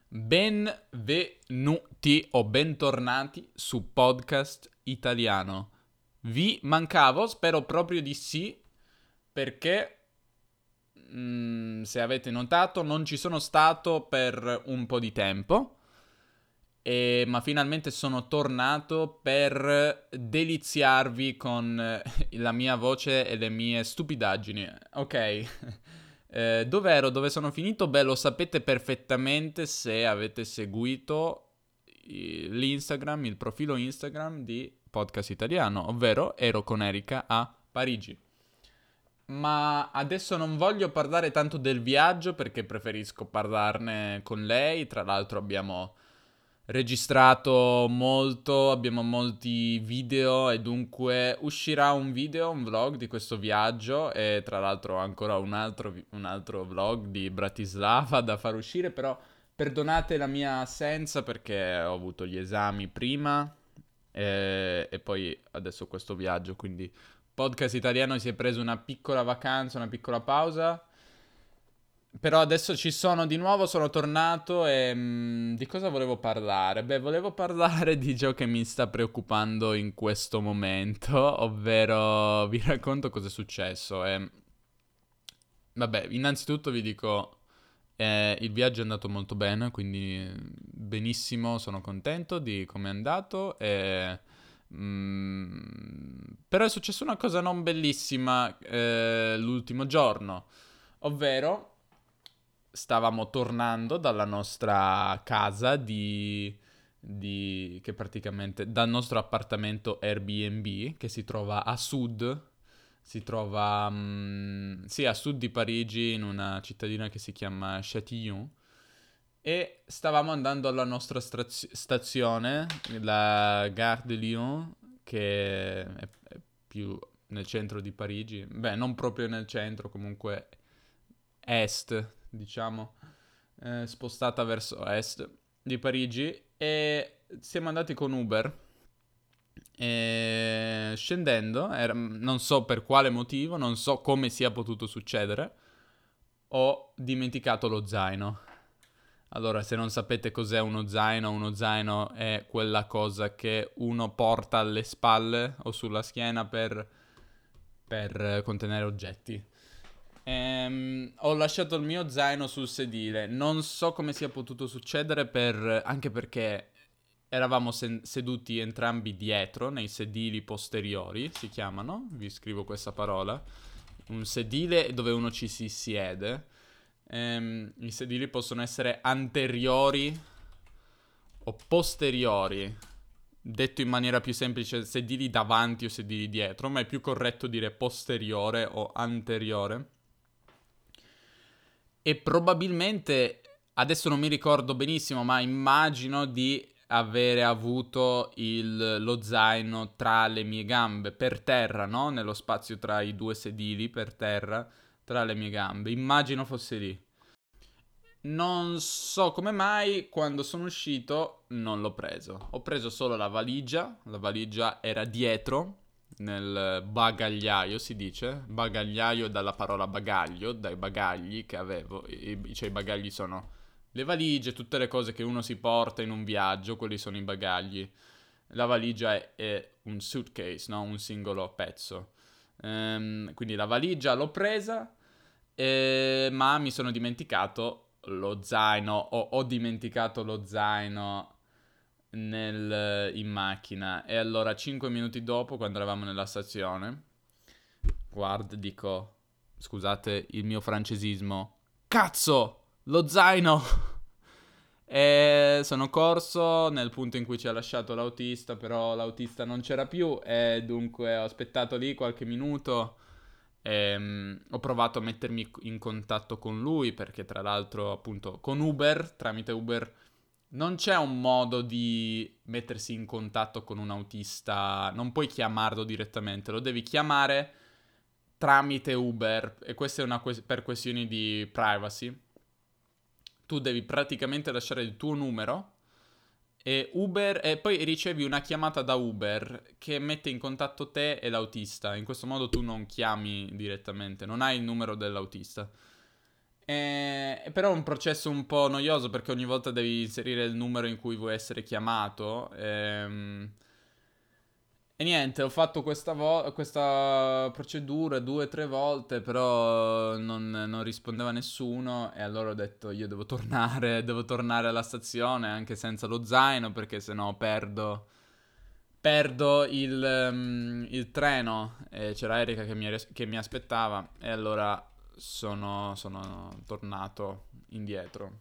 Benvenuti o bentornati su Podcast Italiano. Vi mancavo, spero proprio di sì, perché se avete notato non ci sono stato per un po' di tempo, ma finalmente sono tornato per deliziarvi con la mia voce e le mie stupidaggini. Ok. Dov'ero? Dove sono finito? Beh, lo sapete perfettamente se avete seguito l'Instagram, il profilo Instagram di Podcast Italiano, ovvero ero con Erika a Parigi. Ma adesso non voglio parlare tanto del viaggio perché preferisco parlarne con lei. Tra l'altro abbiamo registrato molto, abbiamo molti video e dunque uscirà un video, un vlog di questo viaggio e tra l'altro ancora un altro vlog di Bratislava da far uscire, però perdonate la mia assenza perché ho avuto gli esami prima e poi adesso questo viaggio, quindi Podcast Italiano si è preso una piccola vacanza, una piccola pausa. Però adesso ci sono di nuovo, sono tornato e di cosa volevo parlare? Beh, volevo parlare di ciò che mi sta preoccupando in questo momento, ovvero vi racconto cosa è successo. Vabbè, innanzitutto vi dico, il viaggio è andato molto bene, quindi benissimo, sono contento di come è andato. Però è successa una cosa non bellissima l'ultimo giorno, ovvero stavamo tornando dalla nostra casa che praticamente dal nostro appartamento Airbnb che si trova a sud, si trova sì, a sud di Parigi in una cittadina che si chiama Châtillon e stavamo andando alla nostra stazione, la Gare de Lyon, che è più nel centro di Parigi, beh non proprio nel centro, comunque est, diciamo, spostata verso est di Parigi e siamo andati con Uber e scendendo, non so per quale motivo, non so come sia potuto succedere, ho dimenticato lo zaino. Allora, se non sapete cos'è uno zaino è quella cosa che uno porta alle spalle o sulla schiena per contenere oggetti. Ho lasciato il mio zaino sul sedile. Non so come sia potuto succedere, anche perché eravamo seduti entrambi dietro, nei sedili posteriori, si chiamano, vi scrivo questa parola. Un sedile dove uno ci si siede. I sedili possono essere anteriori o posteriori. Detto in maniera più semplice, sedili davanti o sedili dietro, ma è più corretto dire posteriore o anteriore. E probabilmente, adesso non mi ricordo benissimo, ma immagino di avere avuto lo zaino tra le mie gambe, per terra, no? Nello spazio tra i due sedili, per terra, tra le mie gambe. Immagino fosse lì. Non so come mai, quando sono uscito, non l'ho preso. Ho preso solo la valigia era dietro, nel bagagliaio si dice, bagagliaio dalla parola bagaglio, dai bagagli che avevo, cioè i bagagli sono le valigie, tutte le cose che uno si porta in un viaggio, quelli sono i bagagli. La valigia è un suitcase, no? Un singolo pezzo. Quindi la valigia l'ho presa, ma mi sono dimenticato lo zaino, ho dimenticato lo zaino in macchina. E allora 5 minuti dopo, quando eravamo nella stazione, guarda, dico, scusate il mio francesismo, cazzo, lo zaino! E sono corso nel punto in cui ci ha lasciato l'autista, però l'autista non c'era più e dunque ho aspettato lì qualche minuto. Ho provato a mettermi in contatto con lui perché tra l'altro appunto con Uber, tramite Uber, non c'è un modo di mettersi in contatto con un autista, non puoi chiamarlo direttamente, lo devi chiamare tramite Uber e questo è per questioni di privacy. Tu devi praticamente lasciare il tuo numero e poi ricevi una chiamata da Uber che mette in contatto te e l'autista. In questo modo tu non chiami direttamente, non hai il numero dell'autista. Però è un processo un po' noioso perché ogni volta devi inserire il numero in cui vuoi essere chiamato. E niente, ho fatto questa procedura 2 o 3 volte, però non rispondeva nessuno e allora ho detto io devo tornare alla stazione anche senza lo zaino perché sennò perdo il treno e c'era Erika che mi aspettava e allora sono tornato indietro.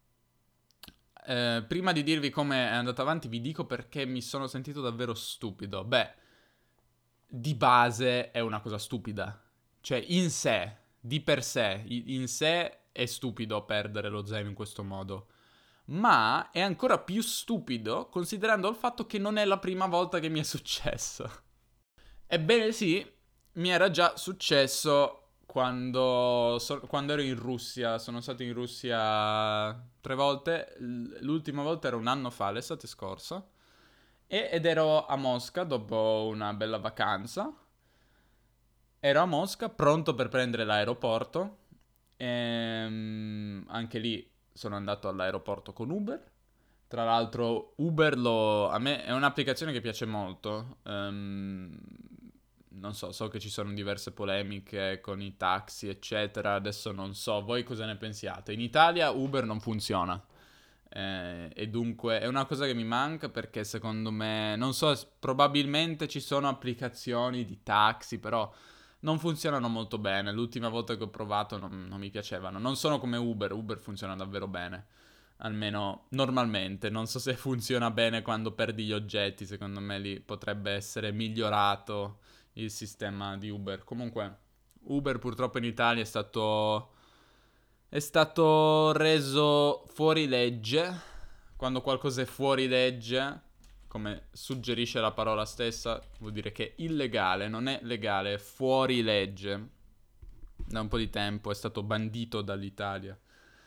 Prima di dirvi come è andato avanti, vi dico perché mi sono sentito davvero stupido. Beh, di base è una cosa stupida. Cioè, in sé, di per sé, in sé è stupido perdere lo zaino in questo modo. Ma è ancora più stupido considerando il fatto che non è la prima volta che mi è successo. Ebbene sì, mi era già successo quando ero in Russia. Sono stato in Russia 3 volte. L'ultima volta era un anno fa, l'estate scorsa. Ed ero a Mosca dopo una bella vacanza. Ero a Mosca pronto per prendere l'aeroporto. Anche lì sono andato all'aeroporto con Uber. Tra l'altro, a me è un'applicazione che piace molto. Non so, so che ci sono diverse polemiche con i taxi, eccetera. Adesso non so, voi cosa ne pensiate? In Italia Uber non funziona. E dunque è una cosa che mi manca perché secondo me, non so, probabilmente ci sono applicazioni di taxi, però non funzionano molto bene. L'ultima volta che ho provato non mi piacevano. Non sono come Uber, Uber funziona davvero bene. Almeno normalmente. Non so se funziona bene quando perdi gli oggetti. Secondo me lì potrebbe essere migliorato il sistema di Uber. Comunque, Uber purtroppo in Italia è stato reso fuori legge. Quando qualcosa è fuori legge, come suggerisce la parola stessa, vuol dire che è illegale, non è legale, è fuori legge. Da un po' di tempo è stato bandito dall'Italia.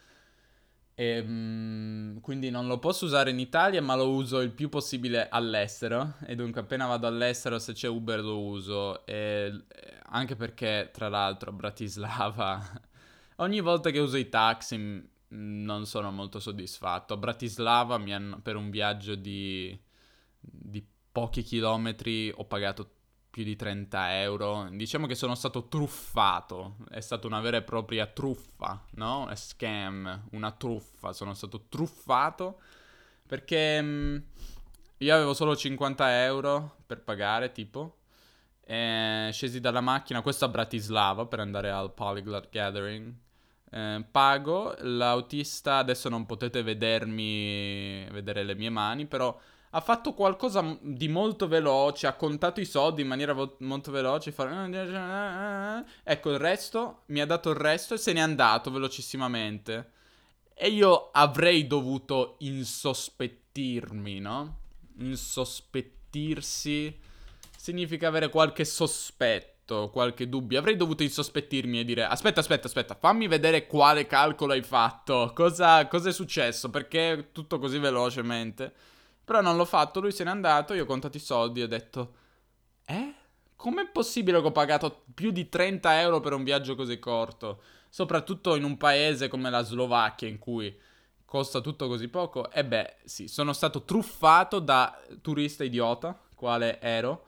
Quindi non lo posso usare in Italia, ma lo uso il più possibile all'estero. E dunque, appena vado all'estero, se c'è Uber lo uso. Anche perché, tra l'altro, a Bratislava, ogni volta che uso i taxi non sono molto soddisfatto. A Bratislava per un viaggio di pochi chilometri ho pagato più di 30 euro. Diciamo che sono stato truffato. È stata una vera e propria truffa, no? È scam, una truffa. Sono stato truffato perché io avevo solo 50 euro per pagare, tipo. Scesi dalla macchina, questo a Bratislava, per andare al Polyglot Gathering. Pago, l'autista, adesso non potete vedere le mie mani, però ha fatto qualcosa di molto veloce, ha contato i soldi in maniera molto veloce, ecco il resto, mi ha dato il resto e se n'è andato velocissimamente. E io avrei dovuto insospettirmi, no? Insospettirsi significa avere qualche sospetto, qualche dubbio. Avrei dovuto insospettirmi e dire: aspetta, aspetta, aspetta, fammi vedere quale calcolo hai fatto. Cosa è successo? Perché tutto così velocemente? Però non l'ho fatto, lui se n'è andato, io ho contato i soldi e ho detto: eh? Com'è possibile che ho pagato più di 30 euro per un viaggio così corto? Soprattutto in un paese come la Slovacchia in cui costa tutto così poco? E beh, sì, sono stato truffato da turista idiota, quale ero.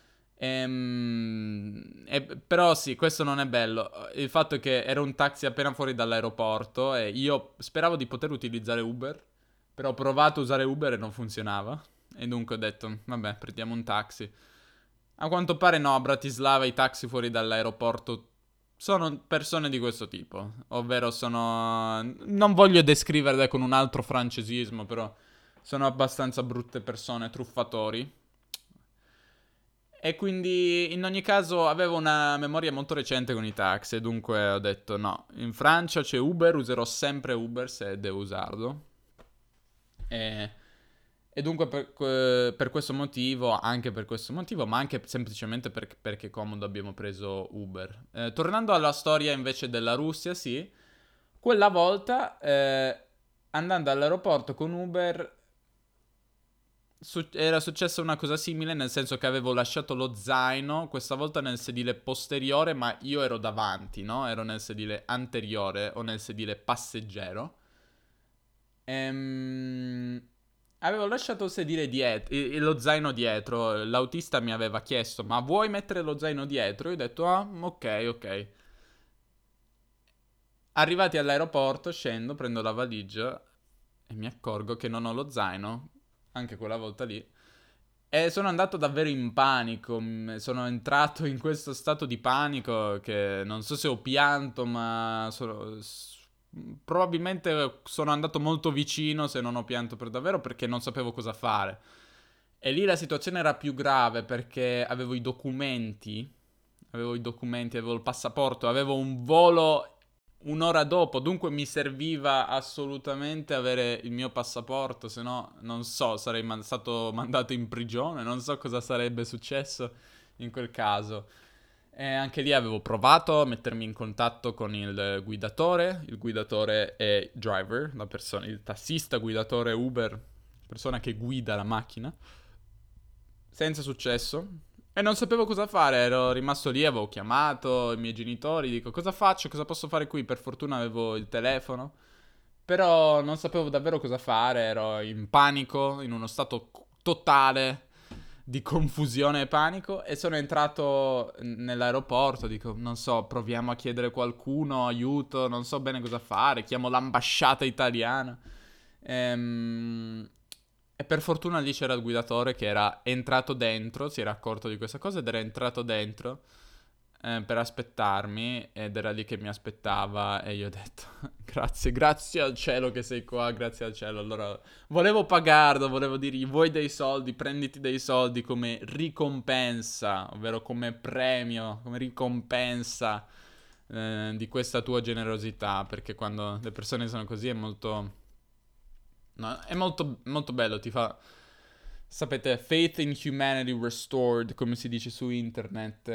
Però sì, questo non è bello. Il fatto è che era un taxi appena fuori dall'aeroporto e io speravo di poter utilizzare Uber, però ho provato a usare Uber e non funzionava. E dunque ho detto, vabbè, prendiamo un taxi. A quanto pare no, a Bratislava i taxi fuori dall'aeroporto sono persone di questo tipo, ovvero sono... Non voglio descriverle con un altro francesismo, però sono abbastanza brutte persone, truffatori. E quindi in ogni caso avevo una memoria molto recente con i taxi, dunque ho detto no, in Francia c'è Uber, userò sempre Uber se devo usarlo. E, e dunque per questo motivo, anche per questo motivo, ma anche semplicemente perché è comodo abbiamo preso Uber. Tornando alla storia invece della Russia, sì, quella volta andando all'aeroporto con Uber era successa una cosa simile, nel senso che avevo lasciato lo zaino, questa volta nel sedile posteriore, ma io ero davanti, no? Ero nel sedile anteriore o nel sedile passeggero. Avevo lasciato il sedile dietro, lo zaino dietro. L'autista mi aveva chiesto: ma vuoi mettere lo zaino dietro? Io ho detto: ah, ok, ok. Arrivati all'aeroporto, scendo, prendo la valigia e mi accorgo che non ho lo zaino, anche quella volta lì. E sono andato davvero in panico, sono entrato in questo stato di panico che non so se ho pianto, ma probabilmente sono andato molto vicino se non ho pianto per davvero perché non sapevo cosa fare. E lì la situazione era più grave perché avevo i documenti, avevo il passaporto, avevo un volo un'ora dopo, dunque mi serviva assolutamente avere il mio passaporto, se no non so, sarei stato mandato in prigione, non so cosa sarebbe successo in quel caso. E anche lì avevo provato a mettermi in contatto con il guidatore è driver, la persona, il tassista guidatore Uber, persona che guida la macchina, senza successo. E non sapevo cosa fare, ero rimasto lì, avevo chiamato i miei genitori, dico cosa faccio, cosa posso fare qui? Per fortuna avevo il telefono, però non sapevo davvero cosa fare, ero in panico, in uno stato totale di confusione e panico e sono entrato nell'aeroporto, dico non so, proviamo a chiedere a qualcuno aiuto, non so bene cosa fare, chiamo l'ambasciata italiana. Ehm, E per fortuna lì c'era il guidatore che era entrato dentro, si era accorto di questa cosa ed era entrato dentro per aspettarmi ed era lì che mi aspettava e io ho detto grazie, grazie al cielo che sei qua, grazie al cielo. Allora volevo pagarlo, volevo dirgli vuoi dei soldi, prenditi dei soldi come ricompensa, ovvero come premio, come ricompensa di questa tua generosità, perché quando le persone sono così è molto... No, è molto, molto bello, ti fa... Sapete, faith in humanity restored, come si dice su internet,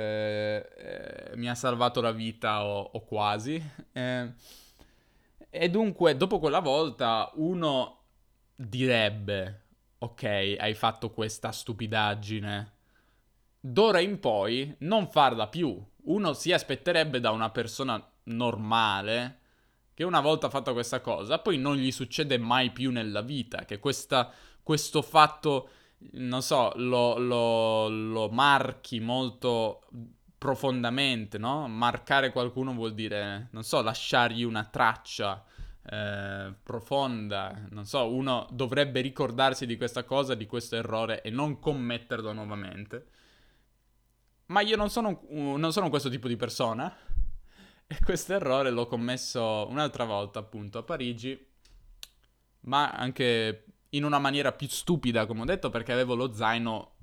mi ha salvato la vita o quasi. Eh, e dunque, dopo quella volta, uno direbbe, ok, hai fatto questa stupidaggine, d'ora in poi non farla più. Uno si aspetterebbe da una persona normale che una volta fatta questa cosa, poi non gli succede mai più nella vita, che questo fatto, non so, lo marchi molto profondamente, no? Marcare qualcuno vuol dire, non so, lasciargli una traccia profonda, non so, uno dovrebbe ricordarsi di questa cosa, di questo errore e non commetterlo nuovamente. Ma io non sono questo tipo di persona. E questo errore l'ho commesso un'altra volta, appunto, a Parigi, ma anche in una maniera più stupida, come ho detto, perché avevo lo zaino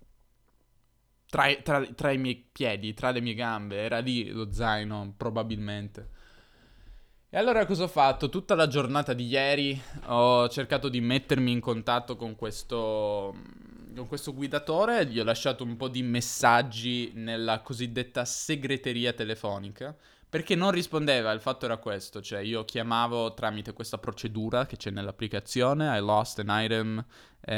tra i miei piedi, tra le mie gambe. Era lì lo zaino, probabilmente. E allora cosa ho fatto? Tutta la giornata di ieri ho cercato di mettermi in contatto con questo guidatore, gli ho lasciato un po' di messaggi nella cosiddetta segreteria telefonica, perché non rispondeva, il fatto era questo, cioè io chiamavo tramite questa procedura che c'è nell'applicazione, I lost an item,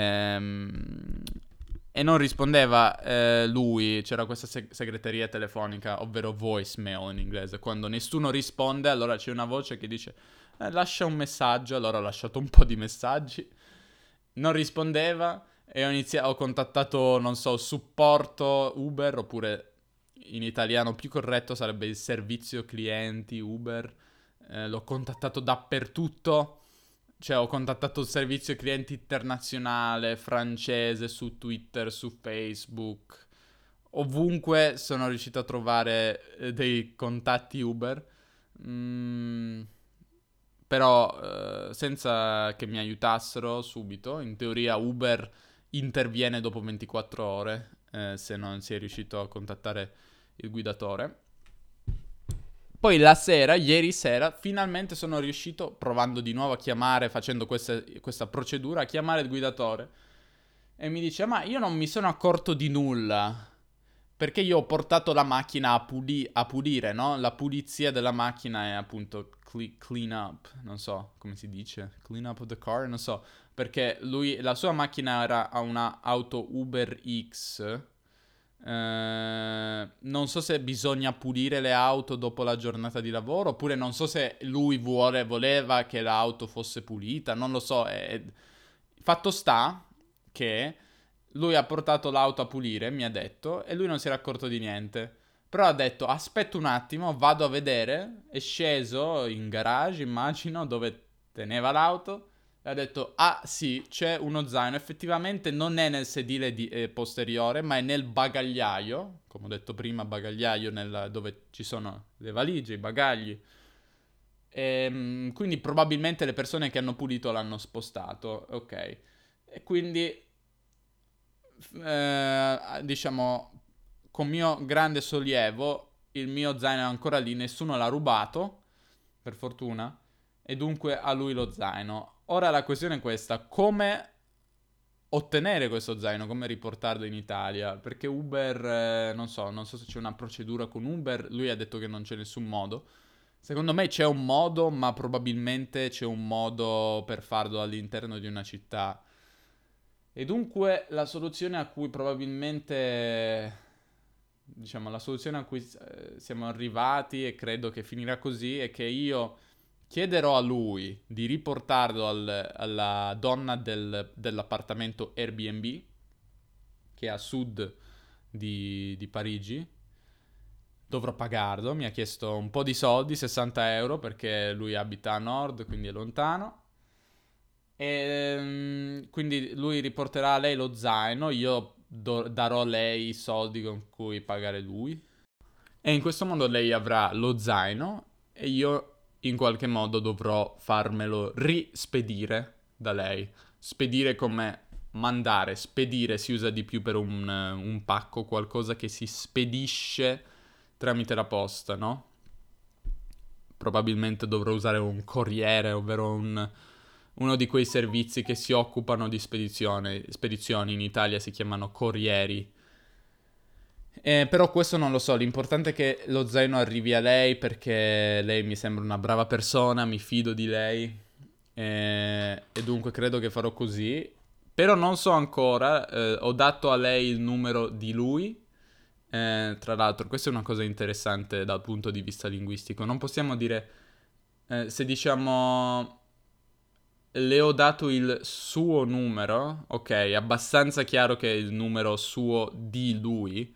e non rispondeva lui, c'era questa segreteria telefonica, ovvero voicemail in inglese. Quando nessuno risponde, allora c'è una voce che dice lascia un messaggio, allora ho lasciato un po' di messaggi, non rispondeva e ho contattato, non so, supporto Uber, oppure in italiano più corretto sarebbe il servizio clienti Uber, l'ho contattato dappertutto. Cioè, ho contattato il servizio clienti internazionale, francese, su Twitter, su Facebook. Ovunque sono riuscito a trovare dei contatti Uber. Mm, però senza che mi aiutassero subito. In teoria Uber interviene dopo 24 ore se non si è riuscito a contattare il guidatore. Poi la sera, ieri sera, finalmente sono riuscito, provando di nuovo a chiamare, facendo questa procedura, a chiamare il guidatore. E mi dice, ma io non mi sono accorto di nulla. perché io ho portato la macchina a pulire, no? La pulizia della macchina è appunto clean up, non so come si dice, clean up of the car, non so, perché la sua macchina era a una auto Uber X. Non so se bisogna pulire le auto dopo la giornata di lavoro, oppure non so se lui voleva che l'auto fosse pulita, non lo so. Fatto sta che lui ha portato l'auto a pulire, mi ha detto, e lui non si era accorto di niente. Però ha detto, aspetta un attimo, vado a vedere. È sceso in garage, immagino, dove teneva l'auto. E ha detto, ah sì, c'è uno zaino. Effettivamente non è nel sedile posteriore, ma è nel bagagliaio. Come ho detto prima, bagagliaio dove ci sono le valigie, i bagagli. Quindi probabilmente le persone che hanno pulito l'hanno spostato. Ok. E quindi diciamo, con mio grande sollievo, il mio zaino è ancora lì, nessuno l'ha rubato, per fortuna, e dunque a lui lo zaino. Ora la questione è questa, come ottenere questo zaino, come riportarlo in Italia? Perché Uber, non so se c'è una procedura con Uber, lui ha detto che non c'è nessun modo. Secondo me c'è un modo, ma probabilmente c'è un modo per farlo all'interno di una città. E dunque la soluzione a cui probabilmente, diciamo, la soluzione a cui siamo arrivati e credo che finirà così è che io chiederò a lui di riportarlo alla donna dell'appartamento Airbnb, che è a sud di Parigi. Dovrò pagarlo, mi ha chiesto un po' di soldi, 60 euro, perché lui abita a nord, quindi è lontano. E quindi lui riporterà a lei lo zaino, io darò a lei i soldi con cui pagare lui. E in questo modo lei avrà lo zaino e io in qualche modo dovrò farmelo rispedire da lei. Spedire come mandare, spedire si usa di più per un pacco, qualcosa che si spedisce tramite la posta, no? Probabilmente dovrò usare un corriere, ovvero uno di quei servizi che si occupano di spedizioni, in Italia si chiamano corrieri. Però questo non lo so, l'importante è che lo zaino arrivi a lei perché lei mi sembra una brava persona, mi fido di lei e dunque credo che farò così. Però non so ancora, ho dato a lei il numero di lui. Tra l'altro, questa è una cosa interessante dal punto di vista linguistico. Non possiamo dire, se diciamo le ho dato il suo numero, ok, è abbastanza chiaro che è il numero suo di lui,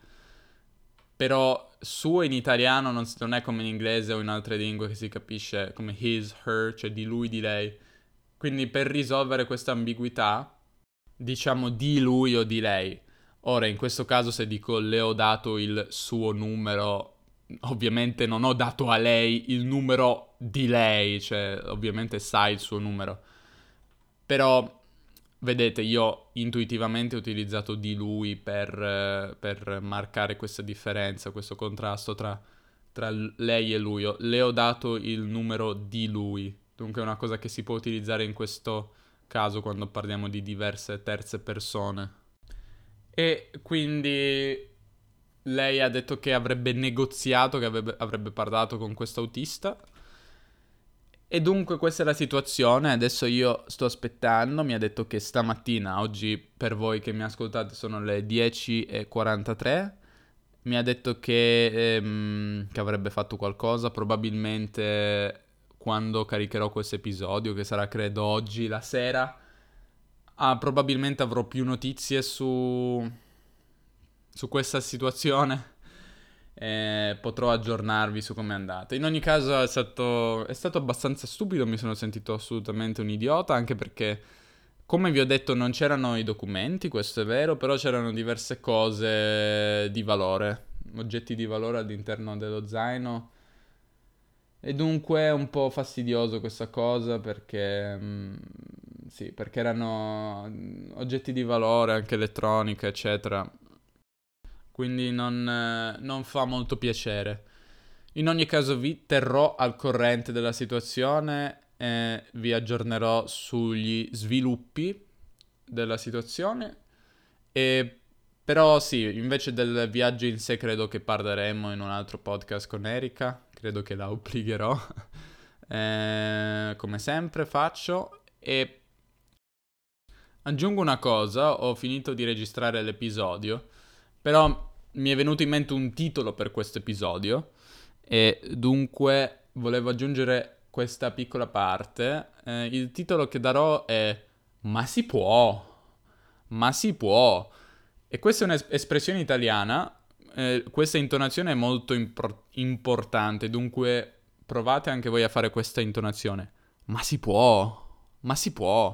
però suo in italiano non è come in inglese o in altre lingue che si capisce come his, her, cioè di lui, di lei. Quindi per risolvere questa ambiguità, diciamo di lui o di lei. Ora, in questo caso, se dico le ho dato il suo numero, ovviamente non ho dato a lei il numero di lei, cioè ovviamente sa il suo numero. Però, vedete, io intuitivamente ho utilizzato di lui per marcare questa differenza, questo contrasto tra lei e lui. Le ho dato il numero di lui. Dunque è una cosa che si può utilizzare in questo caso quando parliamo di diverse terze persone. E quindi lei ha detto che avrebbe negoziato, che avrebbe parlato con questo autista. E dunque questa è la situazione, adesso io sto aspettando, mi ha detto che stamattina, oggi per voi che mi ascoltate sono le 10:43, mi ha detto che avrebbe fatto qualcosa, probabilmente quando caricherò questo episodio, che sarà credo oggi la sera, probabilmente avrò più notizie su questa situazione. Potrò aggiornarvi su com'è andata. In ogni caso è stato abbastanza stupido, mi sono sentito assolutamente un idiota, anche perché, come vi ho detto, non c'erano i documenti, questo è vero, però c'erano diverse cose di valore, oggetti di valore all'interno dello zaino. E dunque è un po' fastidioso questa cosa perché, sì, perché erano oggetti di valore, anche elettronica, eccetera. Quindi non fa molto piacere. In ogni caso vi terrò al corrente della situazione e vi aggiornerò sugli sviluppi della situazione e Però sì, invece del viaggio in sé credo che parleremo in un altro podcast con Erika, credo che la obbligherò, come sempre faccio, e aggiungo una cosa, ho finito di registrare l'episodio, però mi è venuto in mente un titolo per questo episodio e dunque volevo aggiungere questa piccola parte. Il titolo che darò è Ma si può? Ma si può? E questa è un'espressione italiana, questa intonazione è molto importante, dunque provate anche voi a fare questa intonazione. Ma si può? Ma si può?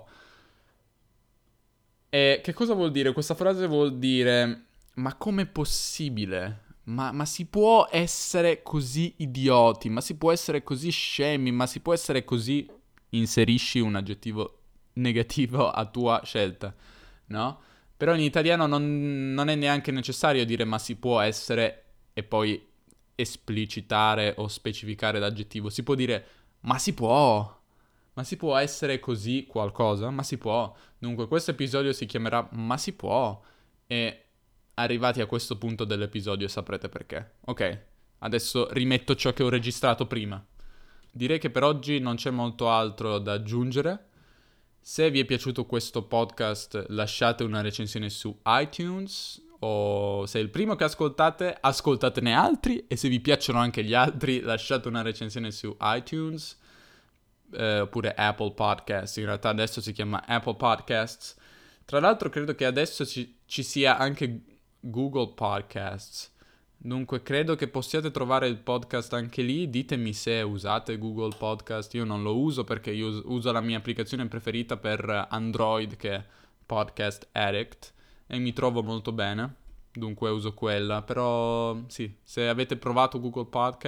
E che cosa vuol dire? Questa frase vuol dire, ma com'è possibile? Ma si può essere così idioti? Ma si può essere così scemi? Ma si può essere così... Inserisci un aggettivo negativo a tua scelta, no? Però in italiano non è neanche necessario dire ma si può essere e poi esplicitare o specificare l'aggettivo. Si può dire ma si può. Ma si può essere così qualcosa? Ma si può. Dunque, questo episodio si chiamerà Ma si può. E arrivati a questo punto dell'episodio saprete perché. Ok, adesso rimetto ciò che ho registrato prima. Direi che per oggi non c'è molto altro da aggiungere. Se vi è piaciuto questo podcast, lasciate una recensione su iTunes. O se è il primo che ascoltate, ascoltatene altri. E se vi piacciono anche gli altri, lasciate una recensione su iTunes. Oppure Apple Podcasts, in realtà adesso si chiama Apple Podcasts. Tra l'altro credo che adesso ci sia anche Google Podcasts, dunque credo che possiate trovare il podcast anche lì. Ditemi se usate Google Podcast, io non lo uso perché io uso la mia applicazione preferita per Android che è Podcast Addict e mi trovo molto bene, dunque uso quella. Però sì, se avete provato Google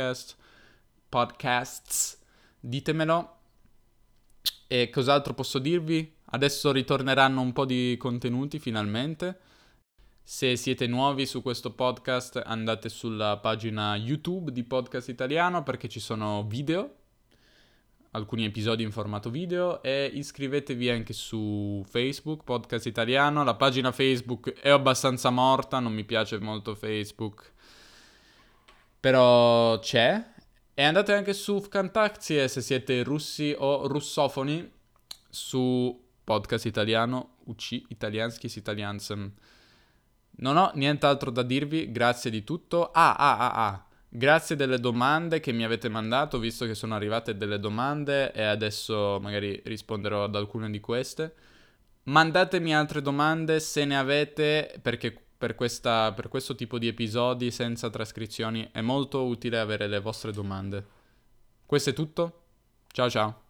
Podcasts, ditemelo. E cos'altro posso dirvi? Adesso ritorneranno un po' di contenuti finalmente. Se siete nuovi su questo podcast, andate sulla pagina YouTube di Podcast Italiano perché ci sono video, alcuni episodi in formato video, e iscrivetevi anche su Facebook, Podcast Italiano. La pagina Facebook è abbastanza morta, non mi piace molto Facebook, però c'è. E andate anche su Vkontakte se siete russi o russofoni, su Podcast Italiano, UC Italianskis Italiansem. Non ho nient'altro da dirvi, grazie di tutto. Grazie delle domande che mi avete mandato, visto che sono arrivate delle domande e adesso magari risponderò ad alcune di queste. Mandatemi altre domande se ne avete, perché per questo tipo di episodi senza trascrizioni è molto utile avere le vostre domande. Questo è tutto. Ciao ciao.